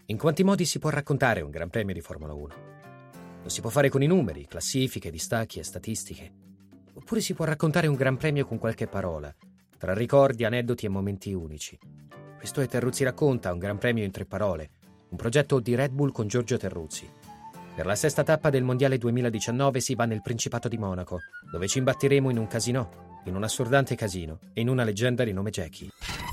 In quanti modi si può raccontare un Gran Premio di Formula 1? Lo si può fare con i numeri, classifiche, distacchi e statistiche. Oppure si può raccontare un Gran Premio con qualche parola, tra ricordi, aneddoti e momenti unici. Questo è Terruzzi racconta, un Gran Premio in 3 parole, un progetto di Red Bull con Giorgio Terruzzi. Per la 6ª tappa del Mondiale 2019 si va nel Principato di Monaco, dove ci imbatteremo in un casinò, in un assordante casino e in una leggenda di nome Jackie.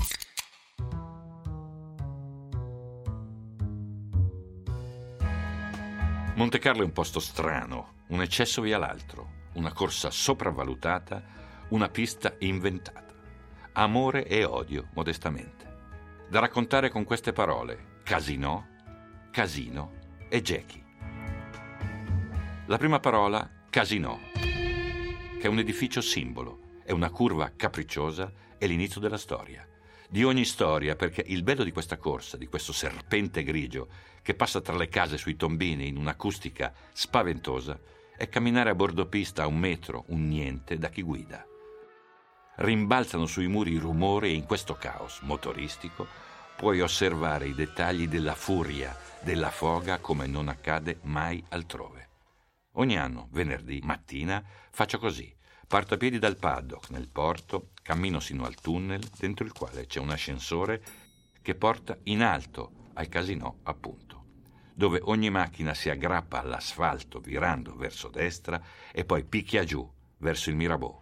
Montecarlo è un posto strano, un eccesso via l'altro, una corsa sopravvalutata, una pista inventata. Amore e odio, modestamente. Da raccontare con queste parole: casinò, casino e Jackie. La prima parola, casinò, che è un edificio simbolo, è una curva capricciosa, è l'inizio della storia. Di ogni storia, perché il bello di questa corsa, di questo serpente grigio che passa tra le case sui tombini in un'acustica spaventosa, è camminare a bordo pista a 1 metro, un niente, da chi guida. Rimbalzano sui muri i rumori e in questo caos motoristico puoi osservare i dettagli della furia, della foga come non accade mai altrove. Ogni anno, venerdì mattina, faccio così. Parto a piedi dal paddock, nel porto, cammino sino al tunnel, dentro il quale c'è un ascensore che porta in alto al casinò, appunto, dove ogni macchina si aggrappa all'asfalto virando verso destra e poi picchia giù verso il Mirabeau.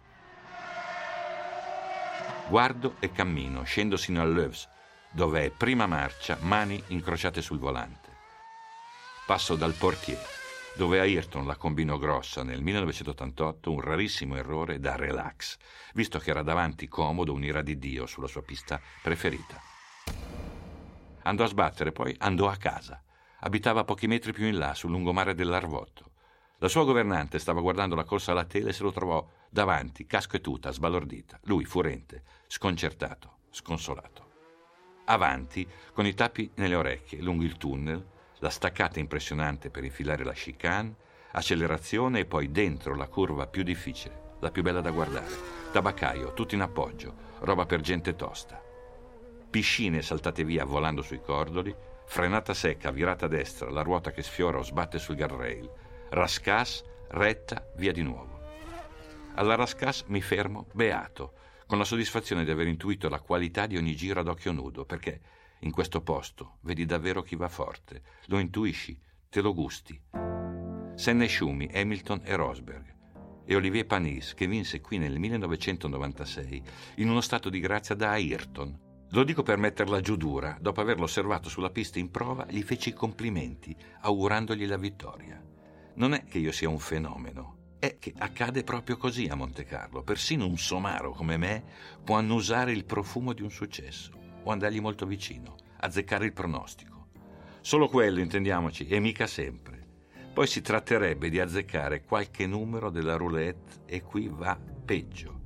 Guardo e cammino, scendo sino all'Oeuvres, dove è prima marcia, mani incrociate sul volante. Passo dal portiere, dove Ayrton la combinò grossa nel 1988, un rarissimo errore da relax, visto che era davanti comodo un'ira di Dio sulla sua pista preferita. Andò a sbattere, poi andò a casa. Abitava a pochi metri più in là, sul lungomare dell'Arvotto. La sua governante stava guardando la corsa alla tele e se lo trovò davanti, casco e tuta, sbalordita. Lui, furente, sconcertato, sconsolato. Avanti, con i tappi nelle orecchie, lungo il tunnel, la staccata impressionante per infilare la chicane, accelerazione e poi dentro la curva più difficile, la più bella da guardare. Tabaccaio, tutto in appoggio, roba per gente tosta. Piscine saltate via volando sui cordoli, frenata secca, virata a destra, la ruota che sfiora o sbatte sul guardrail, rascas, retta, via di nuovo. Alla rascas mi fermo, beato, con la soddisfazione di aver intuito la qualità di ogni giro ad occhio nudo, perché in questo posto vedi davvero chi va forte, lo intuisci, te lo gusti. Senna e Schumi, Hamilton e Rosberg, e Olivier Panis, che vinse qui nel 1996 in uno stato di grazia da Ayrton. Lo dico per metterla giù dura, dopo averlo osservato sulla pista in prova, gli feci i complimenti, augurandogli la vittoria. Non è che io sia un fenomeno, è che accade proprio così a Montecarlo. Persino un somaro come me può annusare il profumo di un successo, o andargli molto vicino, azzeccare il pronostico. Solo quello, intendiamoci, e mica sempre. Poi si tratterebbe di azzeccare qualche numero della roulette e qui va peggio.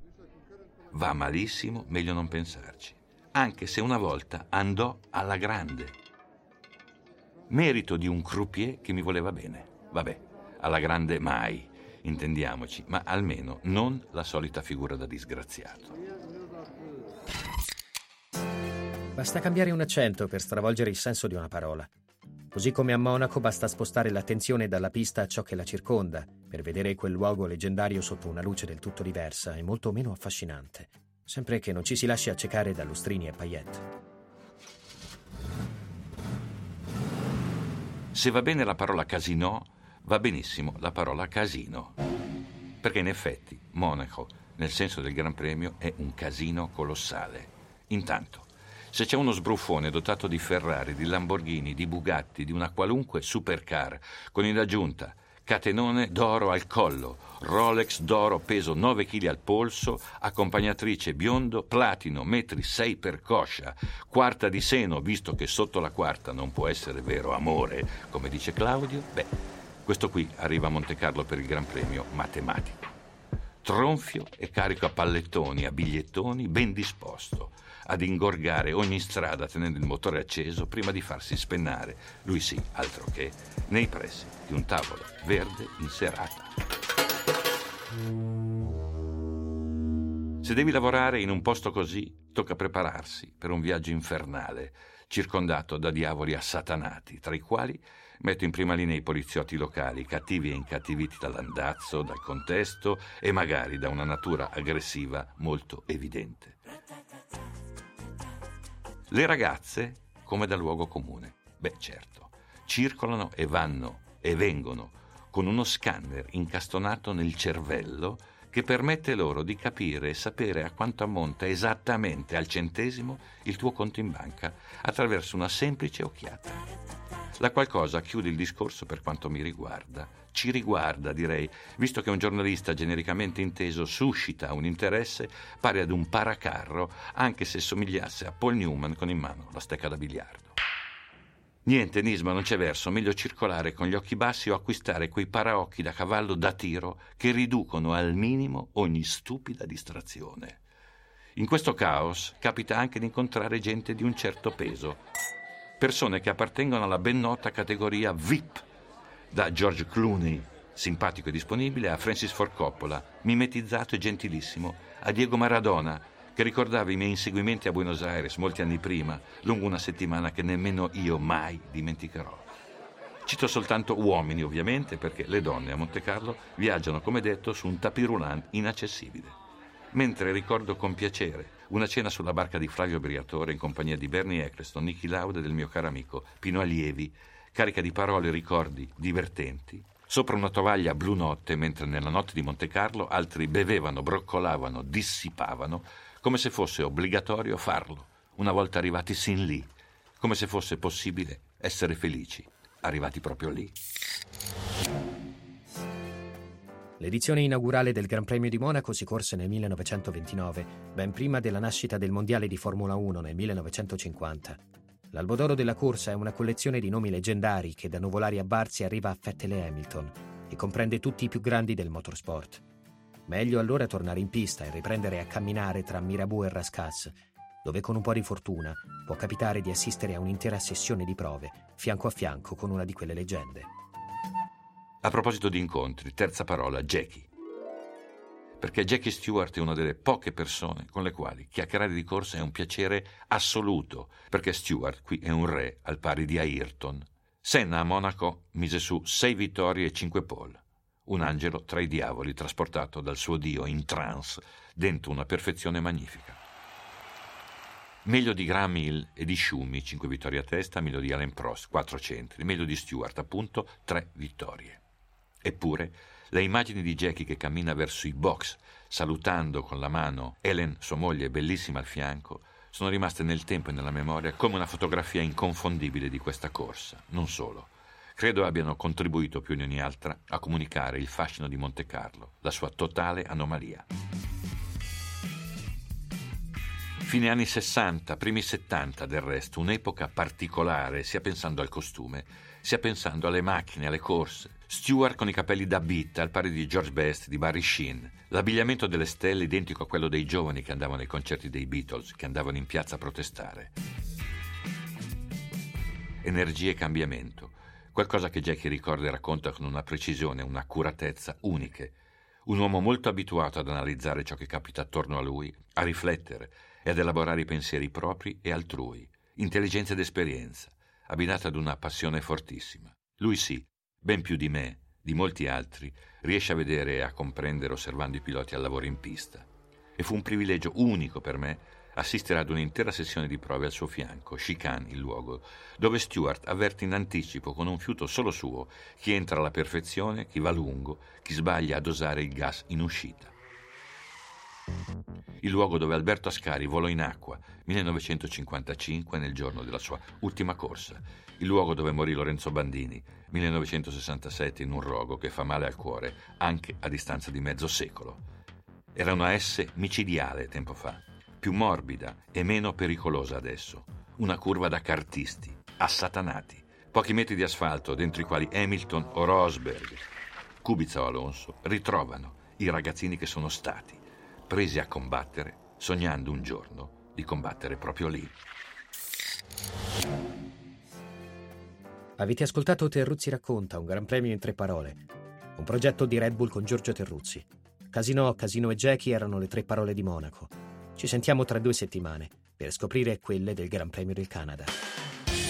Va malissimo, meglio non pensarci. Anche se una volta andò alla grande. Merito di un croupier che mi voleva bene. Vabbè, alla grande mai, intendiamoci, ma almeno non la solita figura da disgraziato. Basta cambiare un accento per stravolgere il senso di una parola. Così come a Monaco basta spostare l'attenzione dalla pista a ciò che la circonda, per vedere quel luogo leggendario sotto una luce del tutto diversa e molto meno affascinante, sempre che non ci si lasci accecare da lustrini e paillette. Se va bene la parola casinò, va benissimo la parola casino. Perché in effetti Monaco, nel senso del Gran Premio, è un casino colossale. Intanto, se c'è uno sbruffone dotato di Ferrari, di Lamborghini, di Bugatti, di una qualunque supercar, con in aggiunta catenone d'oro al collo, Rolex d'oro peso 9 kg al polso, accompagnatrice biondo, platino, metri 6 per coscia, quarta di seno, visto che sotto la quarta non può essere vero amore, come dice Claudio, questo qui arriva a Montecarlo per il Gran Premio matematico. Tronfio e carico a pallettoni, a bigliettoni, ben disposto ad ingorgare ogni strada tenendo il motore acceso prima di farsi spennare, lui sì, altro che, nei pressi di un tavolo verde in serata. Se devi lavorare in un posto così, tocca prepararsi per un viaggio infernale, circondato da diavoli assatanati, tra i quali metto in prima linea i poliziotti locali, cattivi e incattiviti dall'andazzo, dal contesto e magari da una natura aggressiva molto evidente. Le ragazze come da luogo comune. Beh, certo, circolano e vanno e vengono con uno scanner incastonato nel cervello che permette loro di capire e sapere a quanto ammonta esattamente al centesimo il tuo conto in banca attraverso una semplice occhiata. La qualcosa chiude il discorso per quanto mi riguarda. Ci riguarda, direi, visto che un giornalista genericamente inteso suscita un interesse pari ad un paracarro, anche se somigliasse a Paul Newman con in mano la stecca da biliardo. Niente, Nisma, non c'è verso, meglio circolare con gli occhi bassi o acquistare quei paraocchi da cavallo da tiro che riducono al minimo ogni stupida distrazione. In questo caos capita anche di incontrare gente di un certo peso, persone che appartengono alla ben nota categoria VIP, da George Clooney, simpatico e disponibile, a Francis Ford Coppola, mimetizzato e gentilissimo, a Diego Maradona, che ricordava i miei inseguimenti a Buenos Aires molti anni prima, lungo una settimana che nemmeno io mai dimenticherò. Cito soltanto uomini, ovviamente, perché le donne a Montecarlo viaggiano, come detto, su un tapis roulant inaccessibile. Mentre ricordo con piacere una cena sulla barca di Flavio Briatore in compagnia di Bernie Eccleston, Niki Lauda e del mio caro amico Pino Allievi, carica di parole e ricordi divertenti, sopra una tovaglia blu notte, mentre nella notte di Montecarlo altri bevevano, broccolavano, dissipavano, come se fosse obbligatorio farlo, una volta arrivati sin lì, come se fosse possibile essere felici, arrivati proprio lì. L'edizione inaugurale del Gran Premio di Monaco si corse nel 1929, ben prima della nascita del Mondiale di Formula 1 nel 1950. L'Albo d'Oro della corsa è una collezione di nomi leggendari che da Nuvolari a Barzi arriva a Vettel e Hamilton e comprende tutti i più grandi del motorsport. Meglio allora tornare in pista e riprendere a camminare tra Mirabeau e Rascasse, dove con un po' di fortuna può capitare di assistere a un'intera sessione di prove, fianco a fianco con una di quelle leggende. A proposito di incontri, terza parola, Jackie. Perché Jackie Stewart è una delle poche persone con le quali chiacchierare di corsa è un piacere assoluto, perché Stewart qui è un re al pari di Ayrton. Senna a Monaco mise su 6 vittorie e 5 pole. Un angelo tra i diavoli trasportato dal suo dio in trance dentro una perfezione magnifica. Meglio di Graham Hill e di Schumi, 5 vittorie a testa, meglio di Alain Prost, 4 centri, meglio di Stewart, appunto, 3 vittorie. Eppure, le immagini di Jackie che cammina verso i box, salutando con la mano Helen, sua moglie bellissima al fianco, sono rimaste nel tempo e nella memoria come una fotografia inconfondibile di questa corsa. Non solo. Credo abbiano contribuito più di ogni altra a comunicare il fascino di Montecarlo, la sua totale anomalia. Fine anni 60, primi 70 del resto, un'epoca particolare, sia pensando al costume, sia pensando alle macchine, alle corse. Stewart con i capelli da bitta, al pari di George Best, di Barry Sheen. L'abbigliamento delle stelle identico a quello dei giovani che andavano ai concerti dei Beatles, che andavano in piazza a protestare. Energia e cambiamento. Qualcosa che Jackie ricorda e racconta con una precisione, un'accuratezza uniche. Un uomo molto abituato ad analizzare ciò che capita attorno a lui, a riflettere e ad elaborare i pensieri propri e altrui. Intelligenza ed esperienza, abbinata ad una passione fortissima. Lui sì, ben più di me, di molti altri, riesce a vedere e a comprendere osservando i piloti al lavoro in pista. E fu un privilegio unico per me assistere ad un'intera sessione di prove al suo fianco, chicane il luogo, dove Stewart avverte in anticipo con un fiuto solo suo chi entra alla perfezione, chi va lungo, chi sbaglia a dosare il gas in uscita. Il luogo dove Alberto Ascari volò in acqua 1955 nel giorno della sua ultima corsa. Il luogo dove morì Lorenzo Bandini 1967 in un rogo che fa male al cuore anche a distanza di mezzo secolo. Era una S micidiale tempo fa, più morbida e meno pericolosa adesso. Una curva da cartisti, assatanati. Pochi metri di asfalto dentro i quali Hamilton o Rosberg, Kubica o Alonso ritrovano i ragazzini che sono stati presi a combattere, sognando un giorno di combattere proprio lì. Avete ascoltato Terruzzi racconta, un gran premio in 3 parole, un progetto di Red Bull con Giorgio Terruzzi. Casino, Casino e Jackie erano le 3 parole di Monaco. Ci sentiamo tra 2 settimane per scoprire quelle del Gran Premio del Canada.